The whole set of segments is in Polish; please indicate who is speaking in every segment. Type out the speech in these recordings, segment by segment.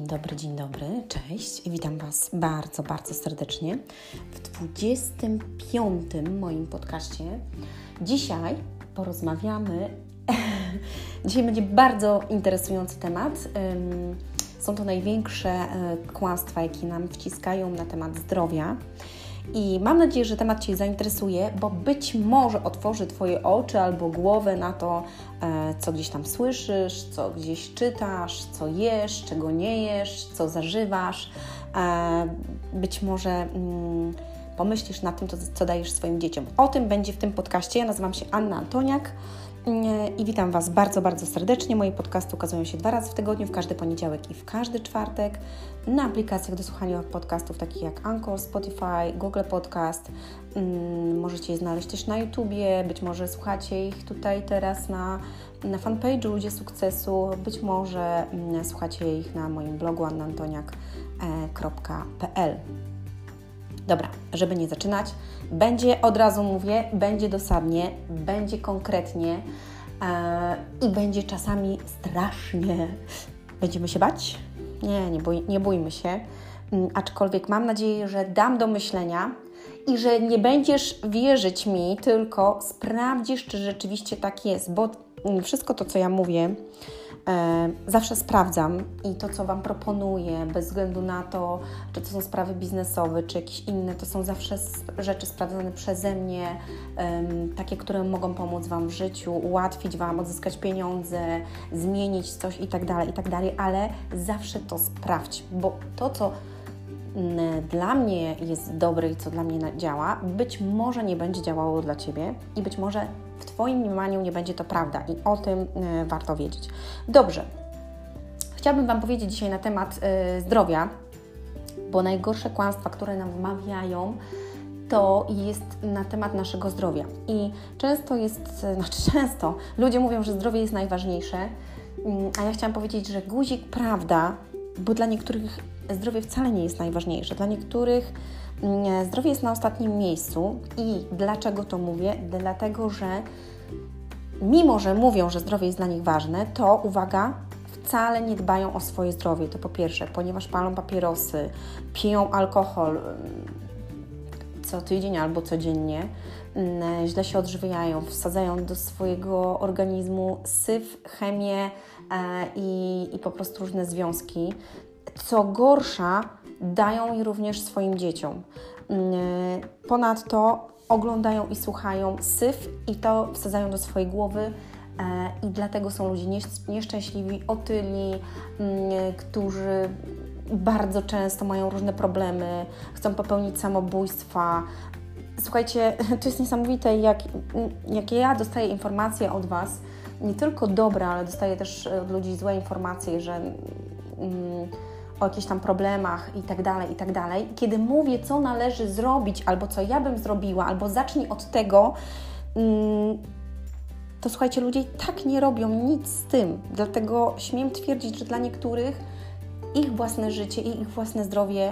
Speaker 1: Dzień dobry, cześć. Witam Was bardzo, bardzo serdecznie w 25. moim podcaście. Dzisiaj porozmawiamy, dzisiaj będzie bardzo interesujący temat. Są to największe kłamstwa, jakie nam wciskają na temat zdrowia. I mam nadzieję, że temat Cię zainteresuje, bo być może otworzy Twoje oczy albo głowę na to, co gdzieś tam słyszysz, co gdzieś czytasz, co jesz, czego nie jesz, co zażywasz. Być może pomyślisz nad tym, co dajesz swoim dzieciom. O tym będzie w tym podcaście. Ja nazywam się Anna Antoniak i witam Was bardzo, bardzo serdecznie. Moje podcasty ukazują się 2 razy w tygodniu, w każdy poniedziałek i w każdy czwartek na aplikacjach do słuchania podcastów takich jak Anchor, Spotify, Google Podcast. Możecie je znaleźć też na YouTubie, być może słuchacie ich tutaj teraz na fanpage'u Ludzie Sukcesu, być może słuchacie ich na moim blogu annantoniak.pl. Dobra, żeby nie zaczynać, będzie, od razu mówię, będzie dosadnie, będzie konkretnie i będzie czasami strasznie. Będziemy się bać? Nie bójmy się, aczkolwiek mam nadzieję, że dam do myślenia i że nie będziesz wierzyć mi, tylko sprawdzisz, czy rzeczywiście tak jest, bo wszystko to, co ja mówię, zawsze sprawdzam i to, co Wam proponuję, bez względu na to, czy to są sprawy biznesowe, czy jakieś inne, to są zawsze rzeczy sprawdzone przeze mnie, takie, które mogą pomóc Wam w życiu, ułatwić Wam, odzyskać pieniądze, zmienić coś i tak dalej, ale zawsze to sprawdź, bo to, co dla mnie jest dobre i co dla mnie działa, być może nie będzie działało dla Ciebie i być może w Twoim mniemaniu nie będzie to prawda i o tym warto wiedzieć. Dobrze, chciałabym Wam powiedzieć dzisiaj na temat zdrowia, bo najgorsze kłamstwa, które nam wmawiają, to jest na temat naszego zdrowia. I często ludzie mówią, że zdrowie jest najważniejsze, a ja chciałam powiedzieć, że guzik prawda, bo dla niektórych zdrowie wcale nie jest najważniejsze. Dla niektórych zdrowie jest na ostatnim miejscu. I dlaczego to mówię? Dlatego, że mimo, że mówią, że zdrowie jest dla nich ważne, to uwaga, wcale nie dbają o swoje zdrowie. To po pierwsze, ponieważ palą papierosy, piją alkohol co tydzień albo codziennie, źle się odżywiają, wsadzają do swojego organizmu syf, chemię i po prostu różne związki. Co gorsza, dają je również swoim dzieciom. Ponadto oglądają i słuchają syf i to wsadzają do swojej głowy i dlatego są ludzie nieszczęśliwi, otyli, którzy bardzo często mają różne problemy, chcą popełnić samobójstwa. Słuchajcie, to jest niesamowite, jak ja dostaję informacje od Was, nie tylko dobre, ale dostaję też od ludzi złe informacje, że o jakichś tam problemach i tak dalej. Kiedy mówię, co należy zrobić, albo co ja bym zrobiła, albo zacznij od tego, to słuchajcie, ludzie tak nie robią nic z tym. Dlatego śmiem twierdzić, że dla niektórych ich własne życie i ich własne zdrowie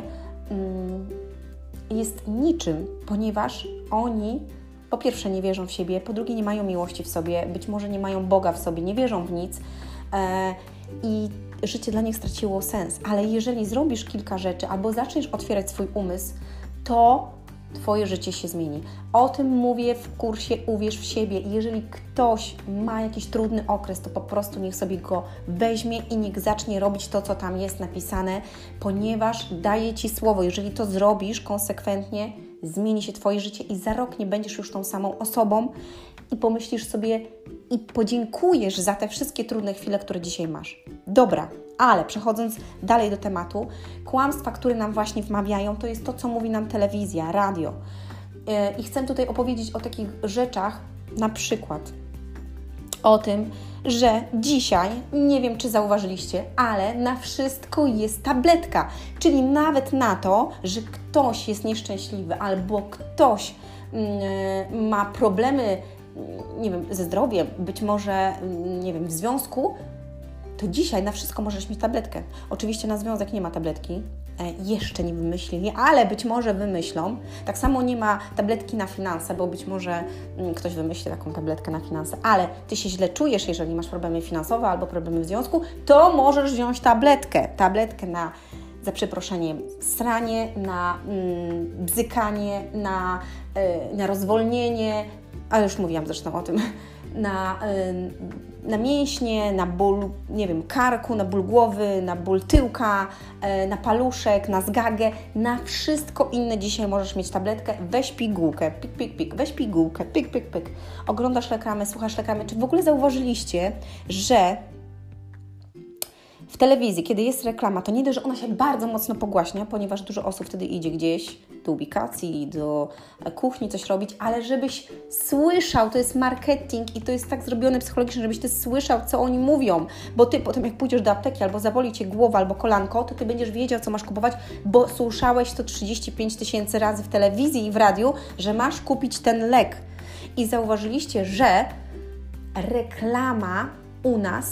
Speaker 1: jest niczym, ponieważ oni po pierwsze nie wierzą w siebie, po drugie nie mają miłości w sobie, być może nie mają Boga w sobie, nie wierzą w nic i życie dla nich straciło sens. Ale jeżeli zrobisz kilka rzeczy albo zaczniesz otwierać swój umysł, to Twoje życie się zmieni. O tym mówię w kursie Uwierz w siebie. I jeżeli ktoś ma jakiś trudny okres, to po prostu niech sobie go weźmie i niech zacznie robić to, co tam jest napisane, ponieważ daję Ci słowo, jeżeli to zrobisz konsekwentnie, zmieni się Twoje życie i za rok nie będziesz już tą samą osobą i pomyślisz sobie i podziękujesz za te wszystkie trudne chwile, które dzisiaj masz. Dobra, ale przechodząc dalej do tematu, kłamstwa, które nam właśnie wmawiają, to jest to, co mówi nam telewizja, radio. I chcę tutaj opowiedzieć o takich rzeczach, na przykład o tym, że dzisiaj, nie wiem, czy zauważyliście, ale na wszystko jest tabletka. Czyli nawet na to, że ktoś jest nieszczęśliwy albo ktoś ma problemy, nie wiem, ze zdrowiem, być może, nie wiem, w związku, to dzisiaj na wszystko możesz mieć tabletkę. Oczywiście na związek nie ma tabletki, jeszcze nie wymyślili, ale być może wymyślą. Tak samo nie ma tabletki na finanse, bo być może ktoś wymyśli taką tabletkę na finanse, ale Ty się źle czujesz, jeżeli masz problemy finansowe albo problemy w związku, to możesz wziąć tabletkę. Tabletkę na, za przeproszeniem, sranie, na bzykanie, na rozwolnienie, ale już mówiłam zresztą o tym, na mięśnie, na ból, nie wiem, karku, na ból głowy, na ból tyłka, na paluszek, na zgagę, na wszystko inne dzisiaj możesz mieć tabletkę. Weź pigułkę, pik, pik, pik, weź pigułkę, pik, pik, pik. Oglądasz reklamy, słuchasz reklamy. Czy w ogóle zauważyliście, że w telewizji, kiedy jest reklama, to nie dość, że ona się bardzo mocno pogłaśnia, ponieważ dużo osób wtedy idzie gdzieś do ubikacji, do kuchni coś robić, ale żebyś słyszał, to jest marketing i to jest tak zrobione psychologicznie, żebyś Ty słyszał, co oni mówią, bo Ty potem jak pójdziesz do apteki albo zaboli Cię głowa albo kolanko, to Ty będziesz wiedział, co masz kupować, bo słyszałeś to 35 000 razy w telewizji i w radiu, że masz kupić ten lek. I zauważyliście, że reklama u nas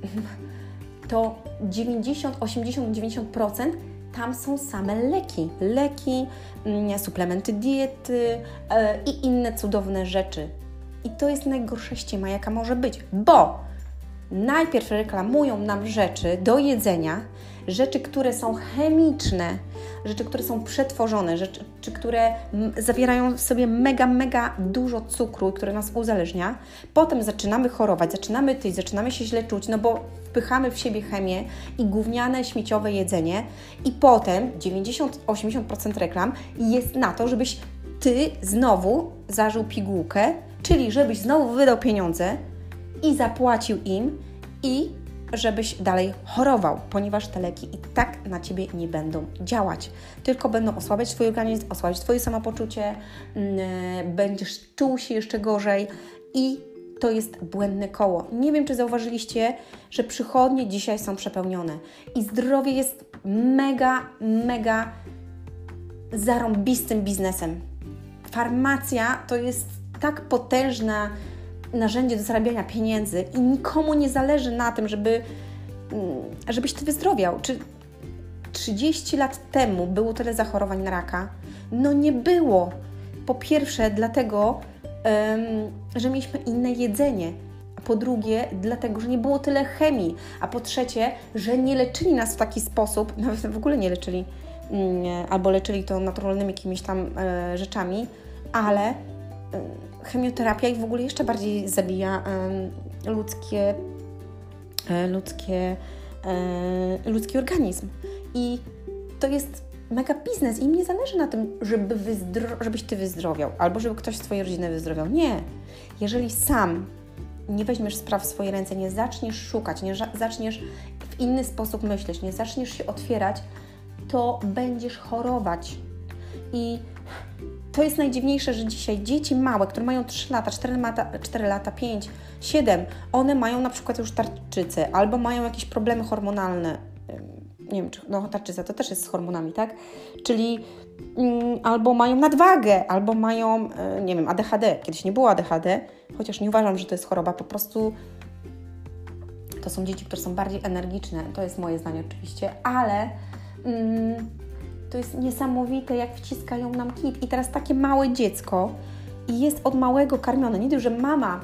Speaker 1: to 90, 80, 90% tam są same leki, suplementy diety i inne cudowne rzeczy. I to jest najgorsza ściema, jaka może być, bo najpierw reklamują nam rzeczy do jedzenia, rzeczy, które są chemiczne, rzeczy, które są przetworzone, rzeczy, które zawierają w sobie mega dużo cukru, które nas uzależnia. Potem zaczynamy chorować, zaczynamy tyć, zaczynamy się źle czuć, no bo wpychamy w siebie chemię i gówniane, śmieciowe jedzenie i potem 90-80% reklam jest na to, żebyś Ty znowu zażył pigułkę, czyli żebyś znowu wydał pieniądze i zapłacił im i żebyś dalej chorował, ponieważ te leki i tak na Ciebie nie będą działać, tylko będą osłabiać Twój organizm, osłabiać Twoje samopoczucie, będziesz czuł się jeszcze gorzej i to jest błędne koło. Nie wiem, czy zauważyliście, że przychodnie dzisiaj są przepełnione i zdrowie jest mega zarąbistym biznesem. Farmacja to jest tak potężna narzędzie do zarabiania pieniędzy i nikomu nie zależy na tym, żebyś Ty wyzdrowiał. Czy 30 lat temu było tyle zachorowań na raka? No nie było. Po pierwsze dlatego, że mieliśmy inne jedzenie, a po drugie dlatego, że nie było tyle chemii, a po trzecie, że nie leczyli nas w taki sposób, nawet w ogóle nie leczyli, albo leczyli to naturalnymi jakimiś tam rzeczami, ale chemioterapia ich w ogóle jeszcze bardziej zabija ludzki organizm. I to jest mega biznes i im nie zależy na tym, żebyś Ty wyzdrowiał albo żeby ktoś z Twojej rodziny wyzdrowiał. Nie. Jeżeli sam nie weźmiesz spraw w swoje ręce, nie zaczniesz szukać, nie zaczniesz w inny sposób myśleć, nie zaczniesz się otwierać, to będziesz chorować. I to jest najdziwniejsze, że dzisiaj dzieci małe, które mają 3 lata, 4 lata, 5, 7, one mają na przykład już tarczycę albo mają jakieś problemy hormonalne. Nie wiem, czy tarczyca to też jest z hormonami, tak? Czyli albo mają nadwagę, albo mają, nie wiem, ADHD. Kiedyś nie było ADHD, chociaż nie uważam, że to jest choroba, po prostu to są dzieci, które są bardziej energiczne. To jest moje zdanie oczywiście, ale to jest niesamowite, jak wciskają nam kit. I teraz takie małe dziecko i jest od małego karmione. Nie dość, że mama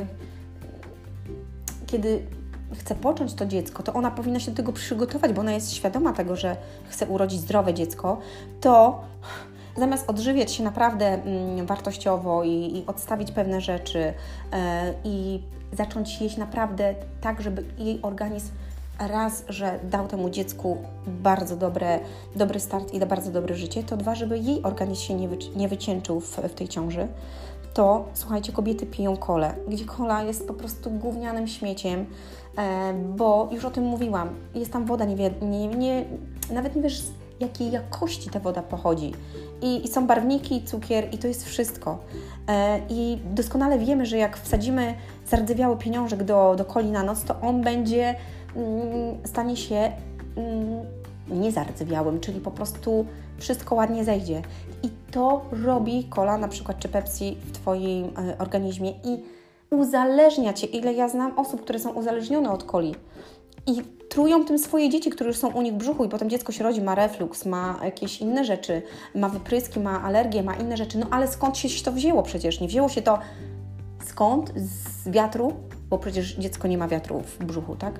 Speaker 1: kiedy chce począć to dziecko, to ona powinna się do tego przygotować, bo ona jest świadoma tego, że chce urodzić zdrowe dziecko, to zamiast odżywiać się naprawdę wartościowo i odstawić pewne rzeczy i zacząć jeść naprawdę tak, żeby jej organizm raz, że dał temu dziecku bardzo dobry start i bardzo dobre życie, to dwa, żeby jej organizm się nie wycieńczył w tej ciąży, to słuchajcie, kobiety piją kolę, gdzie kola jest po prostu gównianym śmieciem, bo już o tym mówiłam, jest tam woda, nawet nie wiesz, z jakiej jakości ta woda pochodzi. I są barwniki, cukier i to jest wszystko. I doskonale wiemy, że jak wsadzimy zardzewiały pieniążek do coli na noc, to on będzie stanie się niezardzewiałym, czyli po prostu wszystko ładnie zejdzie. I to robi cola na przykład czy Pepsi w Twoim organizmie i uzależnia Cię. Ile ja znam osób, które są uzależnione od coli. i trują tym swoje dzieci, które już są u nich w brzuchu i potem dziecko się rodzi, ma refluks, ma jakieś inne rzeczy, ma wypryski, ma alergię, ma inne rzeczy. No ale skąd się to wzięło przecież? Nie wzięło się to skąd? Z wiatru? Bo przecież dziecko nie ma wiatru w brzuchu, tak?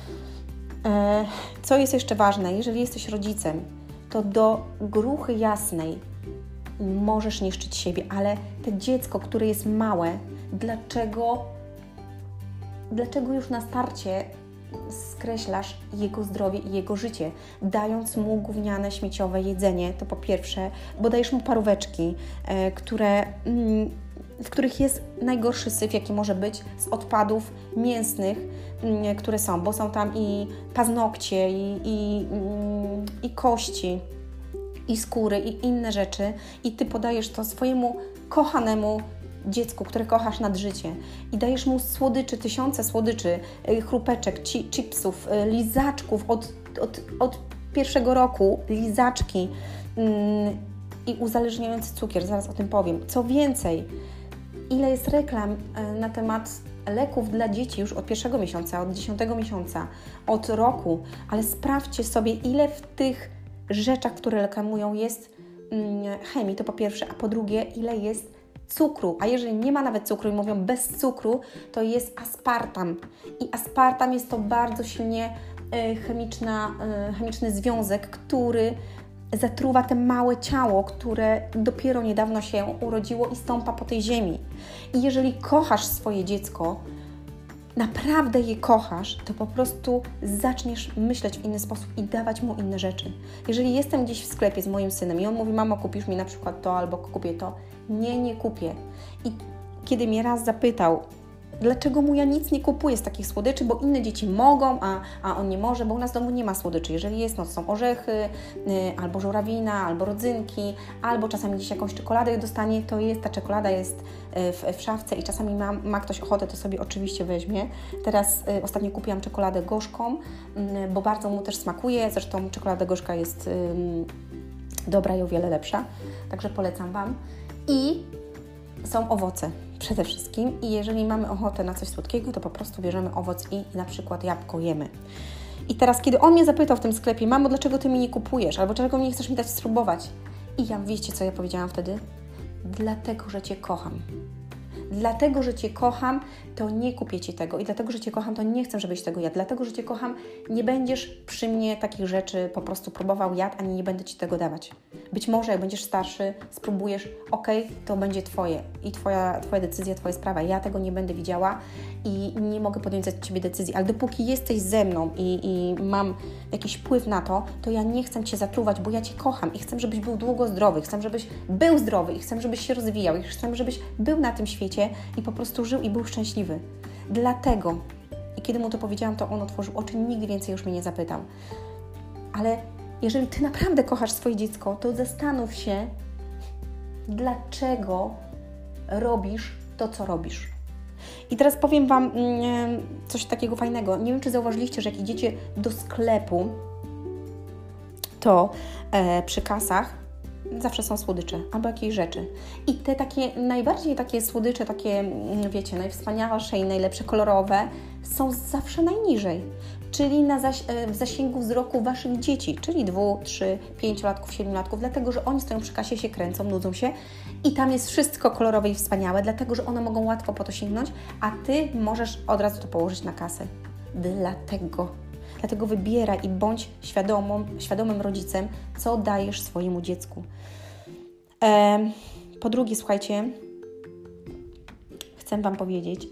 Speaker 1: Co jest jeszcze ważne? Jeżeli jesteś rodzicem, to do gruchy jasnej możesz niszczyć siebie, ale to dziecko, które jest małe, dlaczego już na starcie skreślasz jego zdrowie i jego życie, dając mu gówniane, śmieciowe jedzenie, to po pierwsze, bo dajesz mu paróweczki, w których jest najgorszy syf, jaki może być z odpadów mięsnych, które są, bo są tam i paznokcie, i kości, i skóry, i inne rzeczy i Ty podajesz to swojemu kochanemu dziecku, które kochasz nad życie i dajesz mu słodyczy, tysiące słodyczy, chrupeczek, chipsów, lizaczków od pierwszego roku, lizaczki i uzależniający cukier, zaraz o tym powiem. Co więcej, ile jest reklam na temat leków dla dzieci już od 1 miesiąca, od 10 miesiąca, od roku, ale sprawdźcie sobie, ile w tych rzeczach, które reklamują, jest chemii, to po pierwsze, a po drugie, ile jest cukru, a jeżeli nie ma nawet cukru i mówią bez cukru, to jest aspartam i aspartam jest to bardzo silnie chemiczny związek, który zatruwa te małe ciało, które dopiero niedawno się urodziło i stąpa po tej ziemi. I jeżeli kochasz swoje dziecko, naprawdę je kochasz, to po prostu zaczniesz myśleć w inny sposób i dawać mu inne rzeczy. Jeżeli jestem gdzieś w sklepie z moim synem i on mówi, mamo, kupisz mi na przykład to albo kupię to, nie kupię. I kiedy mnie raz zapytał, dlaczego mu ja nic nie kupuję z takich słodyczy, bo inne dzieci mogą, a on nie może, bo u nas w domu nie ma słodyczy. Jeżeli jest, no to są orzechy, albo żurawina, albo rodzynki, albo czasami gdzieś jakąś czekoladę dostanie, to jest, ta czekolada jest w szafce i czasami ma ktoś ochotę, to sobie oczywiście weźmie. Teraz ostatnio kupiłam czekoladę gorzką, bo bardzo mu też smakuje, zresztą czekolada gorzka jest dobra i o wiele lepsza, także polecam Wam. I są owoce przede wszystkim i jeżeli mamy ochotę na coś słodkiego, to po prostu bierzemy owoc i na przykład jabłko jemy. I teraz, kiedy on mnie zapytał w tym sklepie, mamo, dlaczego Ty mi nie kupujesz? Albo dlaczego nie chcesz mi dać spróbować? I ja, wiecie, co ja powiedziałam wtedy? Dlatego, że Cię kocham. Dlatego, że Cię kocham, to nie kupię Ci tego. I dlatego, że Cię kocham, to nie chcę, żebyś tego jadł. Dlatego, że Cię kocham, nie będziesz przy mnie takich rzeczy po prostu próbował, jadł, ani nie będę Ci tego dawać. Być może, jak będziesz starszy, spróbujesz, to będzie Twoje. I Twoja decyzja, Twoja sprawa. Ja tego nie będę widziała i nie mogę podjąć za Ciebie decyzji. Ale dopóki jesteś ze mną i mam jakiś wpływ na to, to ja nie chcę Cię zatruwać, bo ja Cię kocham i chcę, żebyś był długo zdrowy. Chcę, żebyś był zdrowy i chcę, żebyś się rozwijał i chcę, żebyś był na tym świecie i po prostu żył i był szczęśliwy. Dlatego, i kiedy mu to powiedziałam, to on otworzył oczy, nigdy więcej już mnie nie zapytał. Ale jeżeli Ty naprawdę kochasz swoje dziecko, to zastanów się, dlaczego robisz to, co robisz. I teraz powiem Wam coś takiego fajnego. Nie wiem, czy zauważyliście, że jak idziecie do sklepu, to przy kasach zawsze są słodycze albo jakieś rzeczy. I te takie, najbardziej takie słodycze, takie, wiecie, najwspanialsze i najlepsze kolorowe są zawsze najniżej. Czyli w zasięgu wzroku Waszych dzieci, czyli 2, 3, 5-latków, 7-latków, dlatego, że oni stoją przy kasie, się kręcą, nudzą się i tam jest wszystko kolorowe i wspaniałe, dlatego, że one mogą łatwo po to sięgnąć, a Ty możesz od razu to położyć na kasę. Dlatego wybieraj i bądź świadomym rodzicem, co dajesz swojemu dziecku. Po drugie, słuchajcie, chcę Wam powiedzieć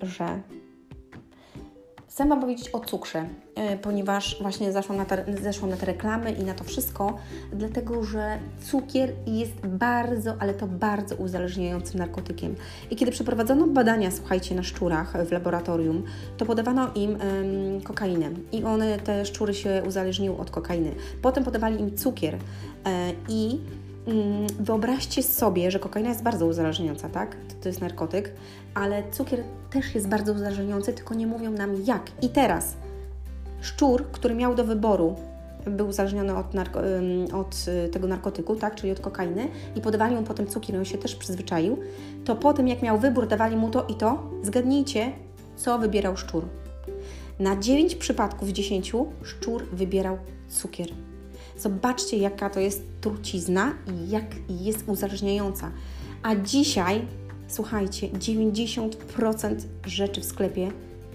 Speaker 1: o cukrze, ponieważ właśnie zeszłam na te reklamy i na to wszystko, dlatego, że cukier jest bardzo, ale to bardzo uzależniającym narkotykiem. I kiedy przeprowadzono badania, słuchajcie, na szczurach w laboratorium, to podawano im kokainę i te szczury się uzależniły od kokainy. Potem podawali im cukier i wyobraźcie sobie, że kokaina jest bardzo uzależniająca, tak? To jest narkotyk, ale cukier też jest bardzo uzależniający, tylko nie mówią nam jak. I teraz szczur, który miał do wyboru, był uzależniony od tego narkotyku, tak? Czyli od kokainy i podawali mu potem cukier, on się też przyzwyczaił, to potem jak miał wybór, dawali mu to i to, zgadnijcie, co wybierał szczur. Na 9 przypadków z 10 szczur wybierał cukier. Zobaczcie, jaka to jest trucizna i jak jest uzależniająca. A dzisiaj, słuchajcie, 90% rzeczy w sklepie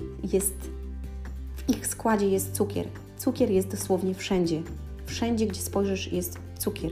Speaker 1: w ich składzie jest cukier. Cukier jest dosłownie wszędzie. Wszędzie, gdzie spojrzysz, jest cukier.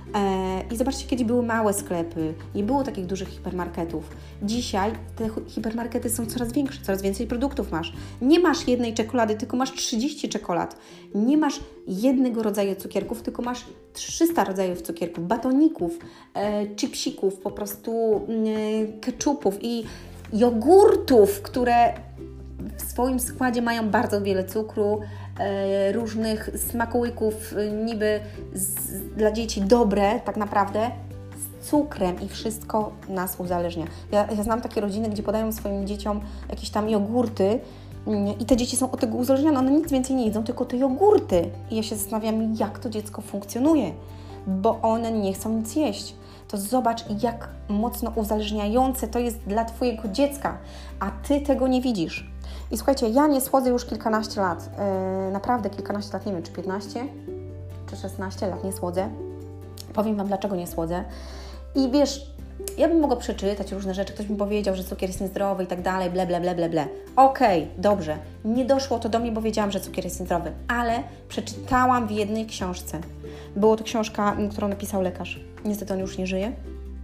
Speaker 1: I zobaczcie, kiedy były małe sklepy, nie było takich dużych hipermarketów. Dzisiaj te hipermarkety są coraz większe, coraz więcej produktów masz. Nie masz jednej czekolady, tylko masz 30 czekolad. Nie masz jednego rodzaju cukierków, tylko masz 300 rodzajów cukierków, batoników, chipsików, po prostu keczupów i jogurtów, które w swoim składzie mają bardzo wiele cukru, różnych smakołyków niby dla dzieci dobre tak naprawdę, z cukrem i wszystko nas uzależnia. Ja znam takie rodziny, gdzie podają swoim dzieciom jakieś tam jogurty i te dzieci są od tego uzależnione, one nic więcej nie jedzą, tylko te jogurty. I ja się zastanawiam, jak to dziecko funkcjonuje, bo one nie chcą nic jeść. To zobacz, jak mocno uzależniające to jest dla Twojego dziecka, a Ty tego nie widzisz. I słuchajcie, ja nie słodzę już kilkanaście lat, naprawdę kilkanaście lat, nie wiem, czy 15, czy 16 lat nie słodzę. Powiem Wam, dlaczego nie słodzę. I wiesz, ja bym mogła przeczytać różne rzeczy, ktoś mi powiedział, że cukier jest niezdrowy i tak dalej, ble, ble, ble, ble, ble. Okej, dobrze, nie doszło to do mnie, bo wiedziałam, że cukier jest niezdrowy, ale przeczytałam w jednej książce. Było to książka, którą napisał lekarz. Niestety on już nie żyje.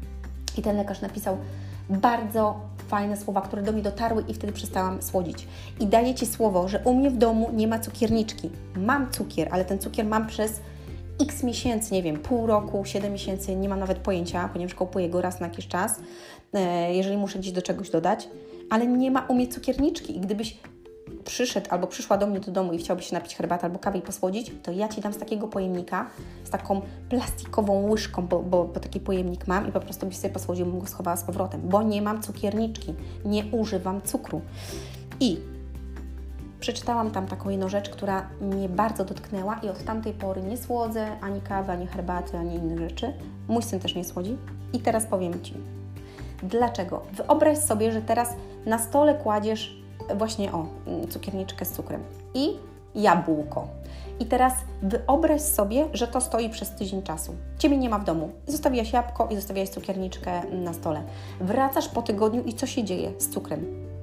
Speaker 1: I ten lekarz napisał bardzo fajne słowa, które do mnie dotarły i wtedy przestałam słodzić. I daję Ci słowo, że u mnie w domu nie ma cukierniczki. Mam cukier, ale ten cukier mam przez x miesięcy, nie wiem, pół roku, 7 miesięcy, nie mam nawet pojęcia, ponieważ kupuję go raz na jakiś czas, jeżeli muszę gdzieś do czegoś dodać, ale nie ma u mnie cukierniczki i gdybyś przyszedł albo przyszła do mnie do domu i chciałbyś się napić herbaty albo kawy i posłodzić, to ja Ci dam z takiego pojemnika, z taką plastikową łyżką, bo taki pojemnik mam i po prostu byś sobie posłodził, bym go schowała z powrotem, bo nie mam cukierniczki, nie używam cukru. I przeczytałam tam taką jedną rzecz, która mnie bardzo dotknęła i od tamtej pory nie słodzę ani kawy, ani herbaty, ani innych rzeczy. Mój syn też nie słodzi. I teraz powiem Ci, dlaczego. Wyobraź sobie, że teraz na stole kładziesz właśnie cukierniczkę z cukrem i jabłko. I teraz wyobraź sobie, że to stoi przez tydzień czasu. Ciebie nie ma w domu. Zostawiasz jabłko i zostawiasz cukierniczkę na stole. Wracasz po tygodniu i co się dzieje z cukrem?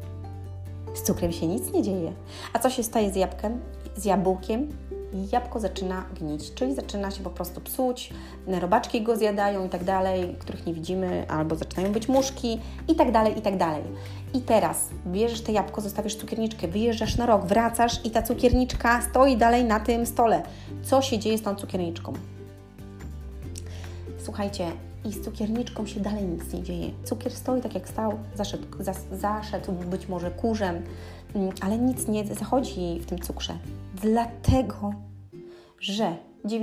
Speaker 1: Z cukrem się nic nie dzieje. A co się staje z jabłkiem? Jabłko zaczyna gnić, czyli zaczyna się po prostu psuć, robaczki go zjadają i tak dalej, których nie widzimy, albo zaczynają być muszki i tak dalej, i tak dalej. I teraz bierzesz te jabłko, zostawiasz cukierniczkę, wyjeżdżasz na rok, wracasz i ta cukierniczka stoi dalej na tym stole. Co się dzieje z tą cukierniczką? Słuchajcie, i z cukierniczką się dalej nic nie dzieje. Cukier stoi tak jak stał, zaszedł być może kurzem, ale nic nie zachodzi w tym cukrze. Dlatego, że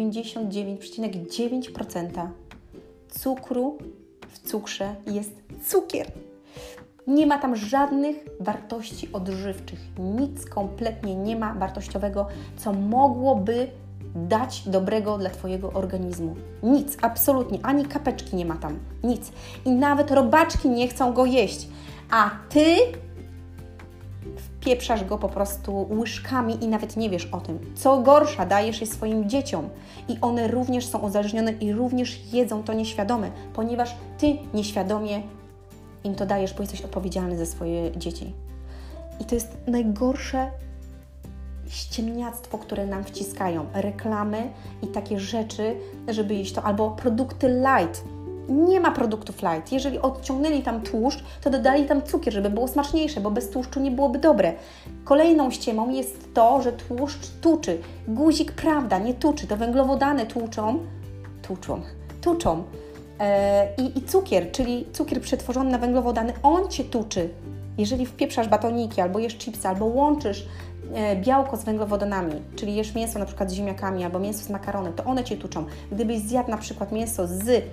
Speaker 1: 99,9% cukru w cukrze jest cukier. Nie ma tam żadnych wartości odżywczych. Nic kompletnie nie ma wartościowego, co mogłoby dać dobrego dla Twojego organizmu. Nic, absolutnie, ani kapeczki nie ma tam, nic. I nawet robaczki nie chcą go jeść, a Ty wpieprzasz go po prostu łyżkami i nawet nie wiesz o tym. Co gorsza, dajesz je swoim dzieciom i one również są uzależnione i również jedzą to nieświadome, ponieważ Ty nieświadomie im to dajesz, bo jesteś odpowiedzialny za swoje dzieci. I to jest najgorsze ściemniactwo, które nam wciskają. Reklamy i takie rzeczy, żeby jeść to, albo produkty light. Nie ma produktów light. Jeżeli odciągnęli tam tłuszcz, to dodali tam cukier, żeby było smaczniejsze, bo bez tłuszczu nie byłoby dobre. Kolejną ściemą jest to, że tłuszcz tuczy. Guzik, prawda, nie tuczy. To węglowodany tuczą. I cukier, czyli cukier przetworzony na węglowodany, on Cię tuczy. Jeżeli wpieprzasz batoniki, albo jesz chipsy, albo łączysz białko z węglowodanami, czyli jesz mięso na przykład z ziemniakami, albo mięso z makaronem, to one Cię tuczą. Gdybyś zjadł na przykład mięso z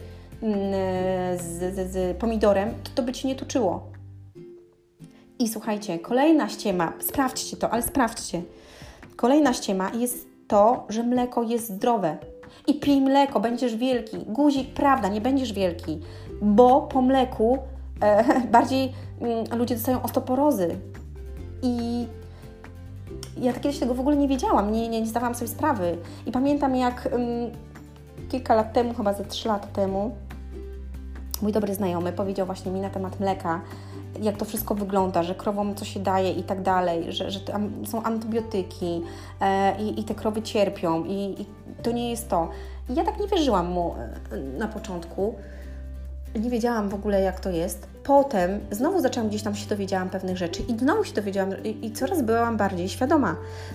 Speaker 1: pomidorem, to by Cię nie tuczyło. I słuchajcie, kolejna ściema, sprawdźcie to, ale sprawdźcie. Kolejna ściema jest to, że mleko jest zdrowe. I pij mleko, będziesz wielki. Guzik, prawda, nie będziesz wielki, bo po mleku bardziej ludzie dostają osteoporozy. I ja kiedyś tego w ogóle nie wiedziałam, nie zdawałam sobie sprawy. I pamiętam, jak kilka lat temu, chyba ze 3 lata temu, mój dobry znajomy powiedział właśnie mi na temat mleka, jak to wszystko wygląda, że krowom co się daje i tak dalej, że tam są antybiotyki i te krowy cierpią i to nie jest to. I ja tak nie wierzyłam mu na początku. Nie wiedziałam w ogóle, jak to jest. Potem znowu zaczęłam, gdzieś tam się dowiedziałam pewnych rzeczy i znowu się dowiedziałam i coraz byłam bardziej świadoma.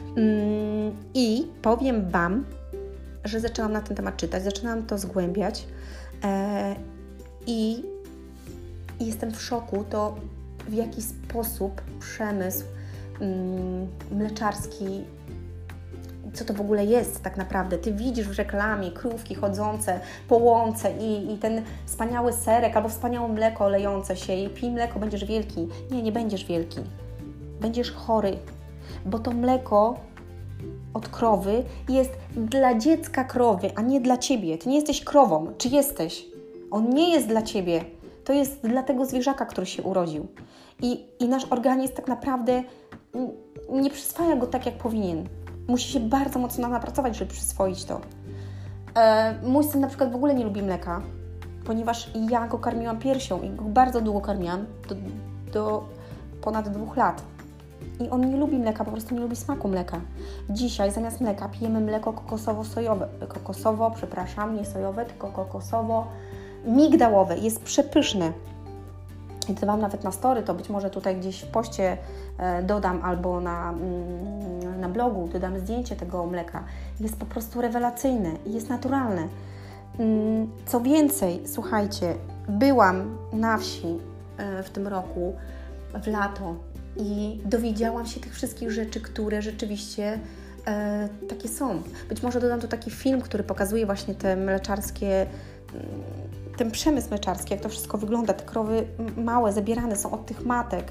Speaker 1: I powiem Wam, że zaczęłam na ten temat czytać, zaczęłam to zgłębiać i jestem w szoku, to w jaki sposób przemysł mleczarski, co to w ogóle jest tak naprawdę. Ty widzisz w reklamie krówki chodzące po łące i ten wspaniały serek albo wspaniałe mleko lejące się i pij mleko, będziesz wielki. Nie będziesz wielki. Będziesz chory, bo to mleko od krowy jest dla dziecka krowy, a nie dla Ciebie. Ty nie jesteś krową. Czy jesteś? On nie jest dla Ciebie. To jest dla tego zwierzaka, który się urodził. I nasz organizm tak naprawdę nie przyswaja go tak, jak powinien. Musi się bardzo mocno napracować, żeby przyswoić to. Mój syn na przykład w ogóle nie lubi mleka, ponieważ ja go karmiłam piersią i go bardzo długo karmiłam, do ponad 2 lat. I on nie lubi mleka, po prostu nie lubi smaku mleka. Dzisiaj zamiast mleka pijemy mleko kokosowo-sojowe. Nie sojowe, tylko kokosowo-migdałowe. Jest przepyszne. I dodam nawet na story, to być może tutaj gdzieś w poście dodam albo na blogu dodam zdjęcie tego mleka. Jest po prostu rewelacyjne i jest naturalne. Co więcej, słuchajcie, byłam na wsi w tym roku, w lato i dowiedziałam się tych wszystkich rzeczy, które rzeczywiście takie są. Być może dodam tu taki film, który pokazuje właśnie te mleczarskie, ten przemysł mleczarski, jak to wszystko wygląda. Te krowy małe, zabierane są od tych matek.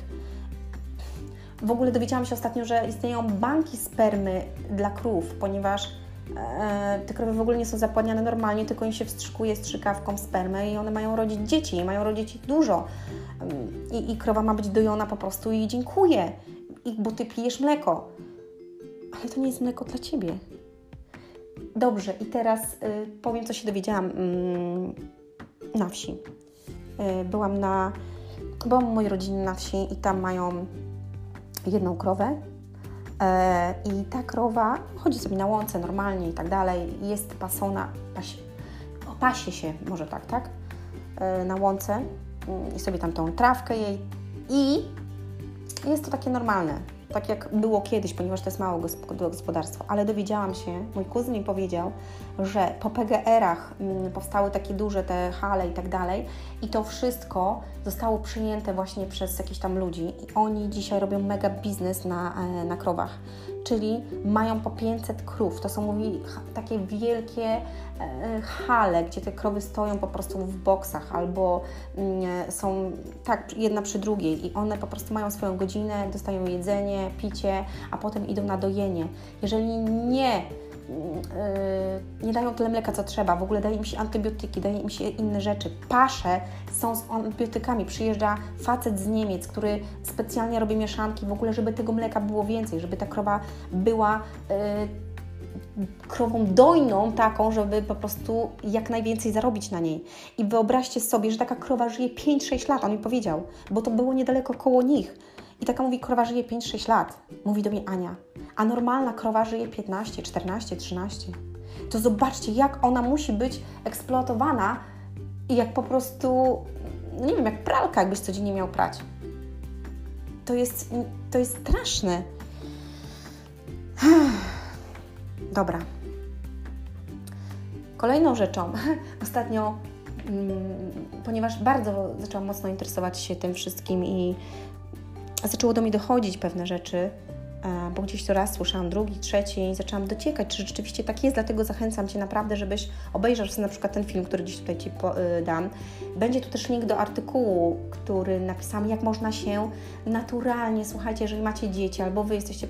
Speaker 1: W ogóle dowiedziałam się ostatnio, że istnieją banki spermy dla krów, ponieważ te krowy w ogóle nie są zapładniane normalnie, tylko im się wstrzykuje strzykawką spermę i one mają rodzić dzieci, mają rodzić ich dużo. I krowa ma być dojona po prostu i dziękuję, bo Ty pijesz mleko. Ale to nie jest mleko dla Ciebie. Dobrze, i teraz powiem, co się dowiedziałam na wsi. Byłam u mojej rodziny na wsi i tam mają jedną krowę i ta krowa chodzi sobie na łące normalnie i tak dalej. Jest pasona, pasie się, może tak? Na łące i sobie tam tą trawkę jej i jest to takie normalne. Tak jak było kiedyś, ponieważ to jest małe gospodarstwo, ale dowiedziałam się, mój kuzyn mi powiedział, że po PGR-ach powstały takie duże te hale i tak dalej i to wszystko zostało przyjęte właśnie przez jakichś tam ludzi i oni dzisiaj robią mega biznes na krowach, czyli mają po 500 krów, to są, mówi, takie wielkie hale, gdzie te krowy stoją po prostu w boksach albo są tak jedna przy drugiej i one po prostu mają swoją godzinę, dostają jedzenie, picie, a potem idą na dojenie. Jeżeli nie dają tyle mleka, co trzeba, w ogóle daje im się antybiotyki, daje im się inne rzeczy. Pasze są z antybiotykami. Przyjeżdża facet z Niemiec, który specjalnie robi mieszanki w ogóle, żeby tego mleka było więcej, żeby ta krowa była krową dojną taką, żeby po prostu jak najwięcej zarobić na niej. I wyobraźcie sobie, że taka krowa żyje 5-6 lat, on mi powiedział, bo to było niedaleko koło nich. I taka mówi, krowa żyje 5-6 lat. Mówi do mnie Ania, a normalna krowa żyje 15, 14, 13. To zobaczcie, jak ona musi być eksploatowana i jak po prostu, nie wiem, jak pralka, jakbyś codziennie miał prać. To jest straszne. Dobra. Kolejną rzeczą, ostatnio, ponieważ bardzo zaczęłam mocno interesować się tym wszystkim i zaczęło do mnie dochodzić pewne rzeczy, bo gdzieś to raz słyszałam, drugi, trzeci i zaczęłam dociekać, czy rzeczywiście tak jest, dlatego zachęcam Cię naprawdę, żebyś obejrzał sobie na przykład ten film, który dziś tutaj Ci dam. Będzie tu też link do artykułu, który napisałam, jak można się naturalnie, słuchajcie, jeżeli macie dzieci albo Wy jesteście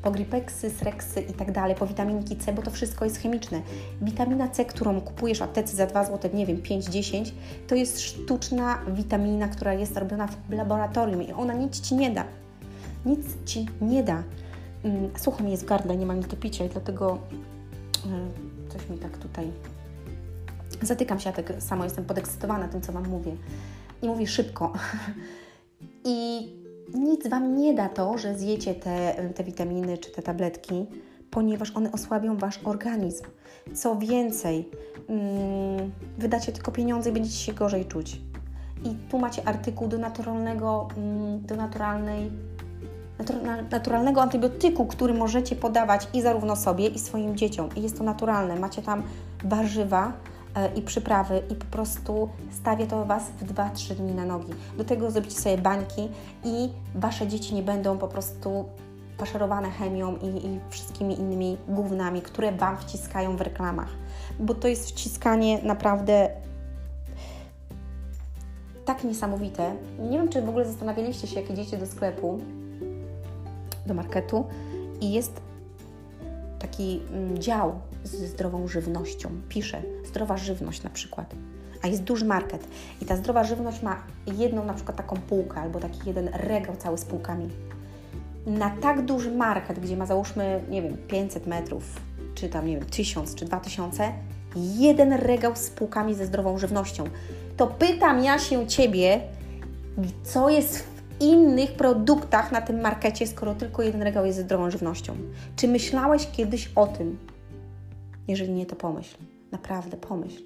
Speaker 1: po Gripeksy, Sreksy i tak dalej, po witaminki C, bo to wszystko jest chemiczne. Witamina C, którą kupujesz w aptece za 2 zł, nie wiem, 5-10, to jest sztuczna witamina, która jest robiona w laboratorium i ona nic Ci nie da. Nic Ci nie da. Sucho mi jest w gardle, nie mam nic do picia i dlatego coś mi tak tutaj... Zatykam się, ja tak samo jestem podekscytowana tym, co Wam mówię. I mówię szybko. I nic Wam nie da to, że zjecie te witaminy czy te tabletki, ponieważ one osłabią Wasz organizm. Co więcej, wydacie tylko pieniądze i będziecie się gorzej czuć. I tu macie artykuł do naturalnego antybiotyku, który możecie podawać i zarówno sobie, i swoim dzieciom. I jest to naturalne. Macie tam warzywa i przyprawy i po prostu stawia to Was w 2-3 dni na nogi. Do tego zrobicie sobie bańki i Wasze dzieci nie będą po prostu faszerowane chemią i wszystkimi innymi gównami, które Wam wciskają w reklamach. Bo to jest wciskanie naprawdę tak niesamowite. Nie wiem, czy w ogóle zastanawialiście się, jak idziecie do sklepu, do marketu i jest taki dział ze zdrową żywnością. Pisze zdrowa żywność na przykład, a jest duży market i ta zdrowa żywność ma jedną na przykład taką półkę albo taki jeden regał cały z półkami. Na tak duży market, gdzie ma załóżmy, nie wiem, 500 metrów, czy tam, nie wiem, 1000 czy 2000, jeden regał z półkami ze zdrową żywnością. To pytam ja się Ciebie, co jest w innych produktach na tym markecie, skoro tylko jeden regał jest ze zdrową żywnością. Czy myślałeś kiedyś o tym? Jeżeli nie, to pomyśl. Naprawdę pomyśl.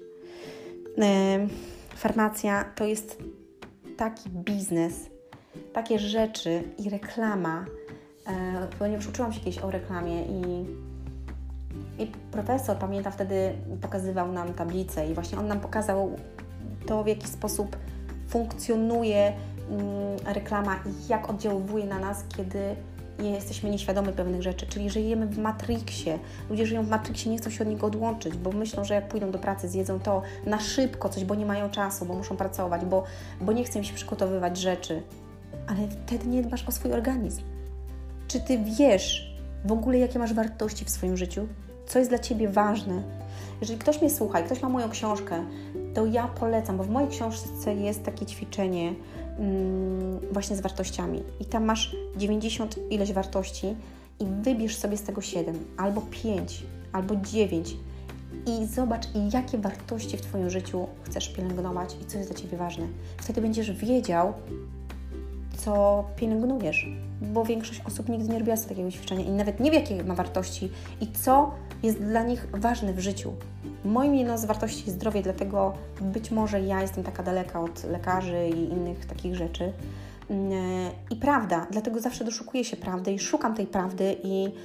Speaker 1: Farmacja to jest taki biznes, takie rzeczy i reklama, ponieważ uczyłam się kiedyś o reklamie i profesor, pamiętam, wtedy pokazywał nam tablicę i właśnie on nam pokazał to, w jaki sposób funkcjonuje reklama i jak oddziaływuje na nas, kiedy jesteśmy nieświadomi pewnych rzeczy, czyli żyjemy w Matrixie. Ludzie żyją w Matrixie, nie chcą się od niego odłączyć, bo myślą, że jak pójdą do pracy, zjedzą to na szybko coś, bo nie mają czasu, bo muszą pracować, bo nie chcą im się przygotowywać rzeczy. Ale wtedy nie dbasz o swój organizm. Czy Ty wiesz w ogóle, jakie masz wartości w swoim życiu? Co jest dla Ciebie ważne? Jeżeli ktoś mnie słucha i ktoś ma moją książkę, to ja polecam, bo w mojej książce jest takie ćwiczenie właśnie z wartościami. I tam masz 90 ileś wartości i wybierz sobie z tego 7, albo 5, albo 9 i zobacz, jakie wartości w Twoim życiu chcesz pielęgnować i co jest dla Ciebie ważne. Wtedy będziesz wiedział, co pielęgnujesz, bo większość osób nigdy nie robiła sobie takiego ćwiczenia i nawet nie wie, jakie ma wartości i co jest dla nich ważne w życiu. Moim jedną z wartości jest zdrowie, dlatego być może ja jestem taka daleka od lekarzy i innych takich rzeczy. I prawda, dlatego zawsze doszukuję się prawdy i szukam tej prawdy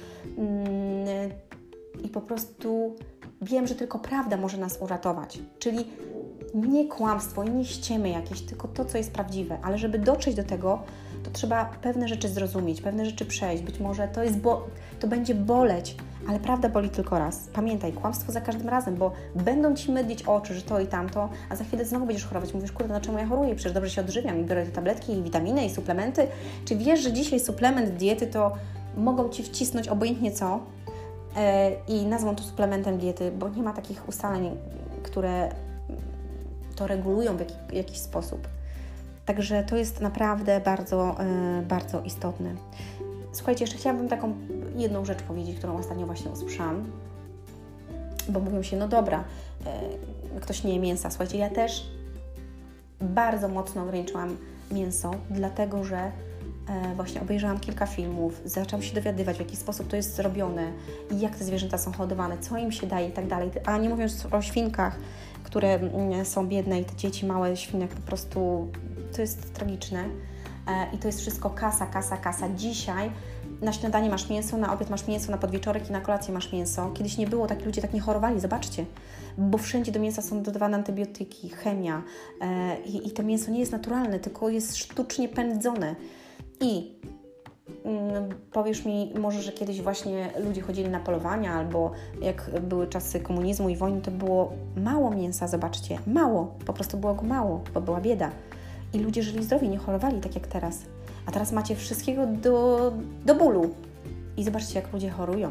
Speaker 1: i po prostu wiem, że tylko prawda może nas uratować. Czyli nie kłamstwo i nie ściemy jakieś, tylko to, co jest prawdziwe. Ale żeby dotrzeć do tego, to trzeba pewne rzeczy zrozumieć, pewne rzeczy przejść. Być może to będzie boleć, ale prawda boli tylko raz. Pamiętaj, kłamstwo za każdym razem, bo będą Ci mydlić oczy, że to i tamto, a za chwilę znowu będziesz chorować. Mówisz, kurde, no czemu ja choruję? Przecież dobrze się odżywiam i biorę te tabletki i witaminy i suplementy. Czy wiesz, że dzisiaj suplement diety to mogą Ci wcisnąć obojętnie co i nazwą to suplementem diety, bo nie ma takich ustaleń, które to regulują w jakiś sposób. Także to jest naprawdę bardzo, bardzo istotne. Słuchajcie, jeszcze chciałabym taką jedną rzecz powiedzieć, którą ostatnio właśnie usłyszałam, bo mówią się, no dobra, ktoś nie je mięsa. Słuchajcie, ja też bardzo mocno ograniczyłam mięso, dlatego że właśnie obejrzałam kilka filmów, zaczęłam się dowiadywać, w jaki sposób to jest zrobione i jak te zwierzęta są hodowane, co im się daje i tak dalej. A nie mówiąc o świnkach, które są biedne i te dzieci małe świnek po prostu, to jest tragiczne. I to jest wszystko kasa. Dzisiaj na śniadanie masz mięso, na obiad masz mięso, na podwieczorek i na kolację masz mięso. Kiedyś nie było, tak ludzie tak nie chorowali, zobaczcie, bo wszędzie do mięsa są dodawane antybiotyki, chemia i to mięso nie jest naturalne, tylko jest sztucznie pędzone. I powiesz mi może, że kiedyś właśnie ludzie chodzili na polowania albo jak były czasy komunizmu i wojny, to było mało mięsa, zobaczcie, mało, po prostu było go mało, bo była bieda. I ludzie żyli zdrowi, nie chorowali tak jak teraz. A teraz macie wszystkiego do bólu. I zobaczcie, jak ludzie chorują.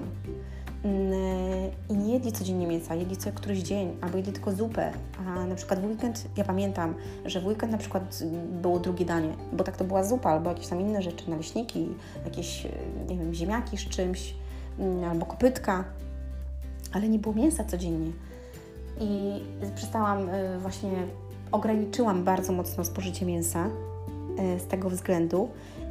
Speaker 1: I nie jedli codziennie mięsa, jedli co któryś dzień, albo jedli tylko zupę. A na przykład w weekend, ja pamiętam, że w weekend na przykład było drugie danie, bo tak to była zupa, albo jakieś tam inne rzeczy, naleśniki, jakieś, nie wiem, ziemniaki z czymś, albo kopytka, ale nie było mięsa codziennie. I przestałam właśnie, ograniczyłam bardzo mocno spożycie mięsa z tego względu.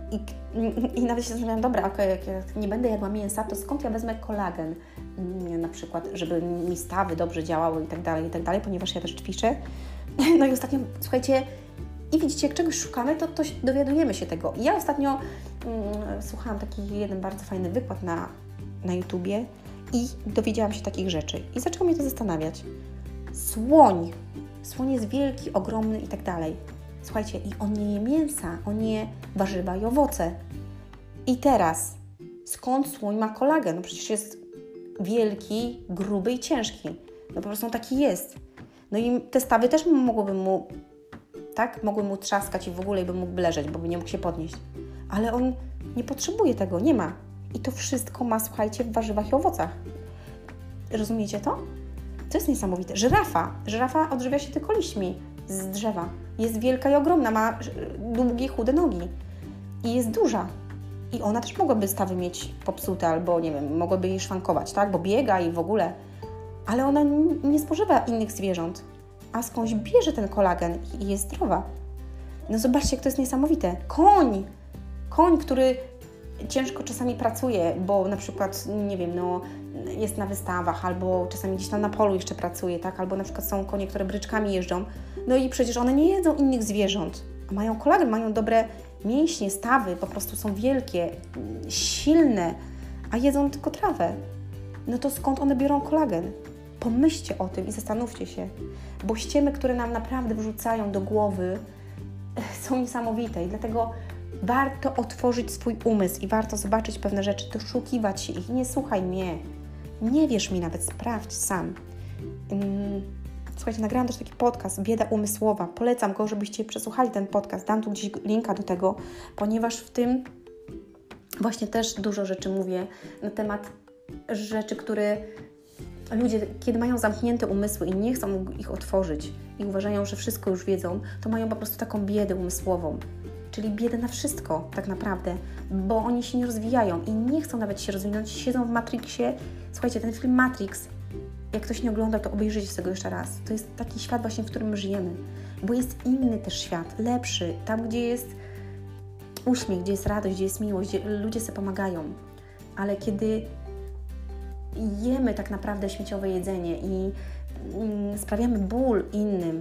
Speaker 1: I nawet się zastanawiałam, dobra, okej, jak ja nie będę jadła mięsa, to skąd ja wezmę kolagen na przykład, żeby mi stawy dobrze działały i tak dalej, ponieważ ja też ćwiczę. No i ostatnio, słuchajcie, i widzicie, jak czegoś szukamy, to dowiadujemy się tego. I ja ostatnio słuchałam taki jeden bardzo fajny wykład na YouTubie i dowiedziałam się takich rzeczy. I zaczęło mnie to zastanawiać. Słoń jest wielki, ogromny i tak dalej. Słuchajcie, i on nie je mięsa, on je warzywa i owoce. I teraz, skąd słoń ma kolagen? No przecież jest wielki, gruby i ciężki. No po prostu on taki jest. No i te stawy też mogły mu trzaskać i w ogóle by mógł leżeć, bo by nie mógł się podnieść. Ale on nie potrzebuje tego, nie ma. I to wszystko ma, słuchajcie, w warzywach i owocach. Rozumiecie to? To jest niesamowite. Żyrafa odżywia się tylko liśćmi z drzewa. Jest wielka i ogromna, ma długie, chude nogi. I jest duża. I ona też mogłaby stawy mieć popsute, albo nie wiem, mogłaby jej szwankować, tak? Bo biega i w ogóle. Ale ona nie spożywa innych zwierząt. A skądś bierze ten kolagen i jest zdrowa. No zobaczcie, jak to jest niesamowite. Koń, który ciężko czasami pracuje, bo na przykład, nie wiem, no jest na wystawach, albo czasami gdzieś tam na polu jeszcze pracuje, tak? Albo na przykład są konie, które bryczkami jeżdżą. No i przecież one nie jedzą innych zwierząt. A mają kolagen, mają dobre mięśnie, stawy, po prostu są wielkie, silne, a jedzą tylko trawę. No to skąd one biorą kolagen? Pomyślcie o tym i zastanówcie się, bo ściemy, które nam naprawdę wrzucają do głowy, są niesamowite i dlatego warto otworzyć swój umysł i warto zobaczyć pewne rzeczy, doszukiwać się ich. Nie słuchaj mnie, nie wierz mi nawet, sprawdź sam. Słuchajcie, nagrałam też taki podcast, Bieda umysłowa. Polecam go, żebyście przesłuchali ten podcast. Dam tu gdzieś linka do tego, ponieważ w tym właśnie też dużo rzeczy mówię na temat rzeczy, które ludzie, kiedy mają zamknięte umysły i nie chcą ich otworzyć i uważają, że wszystko już wiedzą, to mają po prostu taką biedę umysłową. Czyli biedę na wszystko tak naprawdę, bo oni się nie rozwijają i nie chcą nawet się rozwinąć, siedzą w Matrixie. Słuchajcie, ten film Matrix, jak ktoś nie oglądał, to obejrzyjcie z tego jeszcze raz. To jest taki świat właśnie, w którym my żyjemy, bo jest inny też świat, lepszy, tam gdzie jest uśmiech, gdzie jest radość, gdzie jest miłość, gdzie ludzie sobie pomagają. Ale kiedy jemy tak naprawdę śmieciowe jedzenie i sprawiamy ból innym,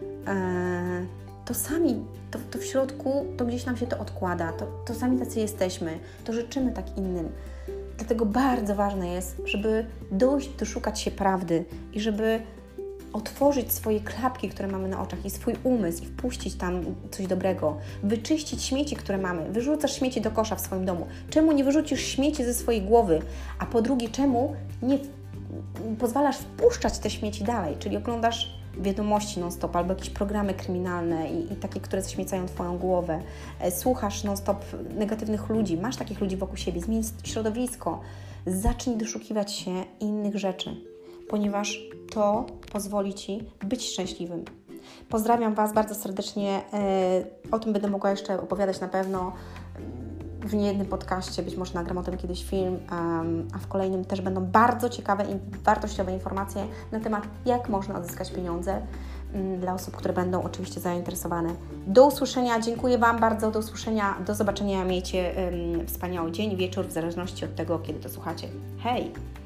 Speaker 1: to sami, to w środku, to gdzieś nam się to odkłada, to sami tacy jesteśmy, to życzymy tak innym. Dlatego bardzo ważne jest, żeby dojść, doszukać się prawdy i żeby otworzyć swoje klapki, które mamy na oczach i swój umysł i wpuścić tam coś dobrego, wyczyścić śmieci, które mamy. Wyrzucasz śmieci do kosza w swoim domu. Czemu nie wyrzucisz śmieci ze swojej głowy? A po drugie, czemu nie pozwalasz wpuszczać te śmieci dalej? Czyli oglądasz wiadomości non-stop albo jakieś programy kryminalne i takie, które zaśmiecają Twoją głowę. Słuchasz non-stop negatywnych ludzi, masz takich ludzi wokół siebie, zmień środowisko. Zacznij doszukiwać się innych rzeczy, ponieważ to pozwoli Ci być szczęśliwym. Pozdrawiam Was bardzo serdecznie. O tym będę mogła jeszcze opowiadać na pewno w niejednym podcaście, być może nagram o tym kiedyś film, a w kolejnym też będą bardzo ciekawe i wartościowe informacje na temat, jak można odzyskać pieniądze dla osób, które będą oczywiście zainteresowane. Do usłyszenia, dziękuję Wam bardzo, do usłyszenia, do zobaczenia, miejcie wspaniały dzień, wieczór, w zależności od tego, kiedy to słuchacie. Hej!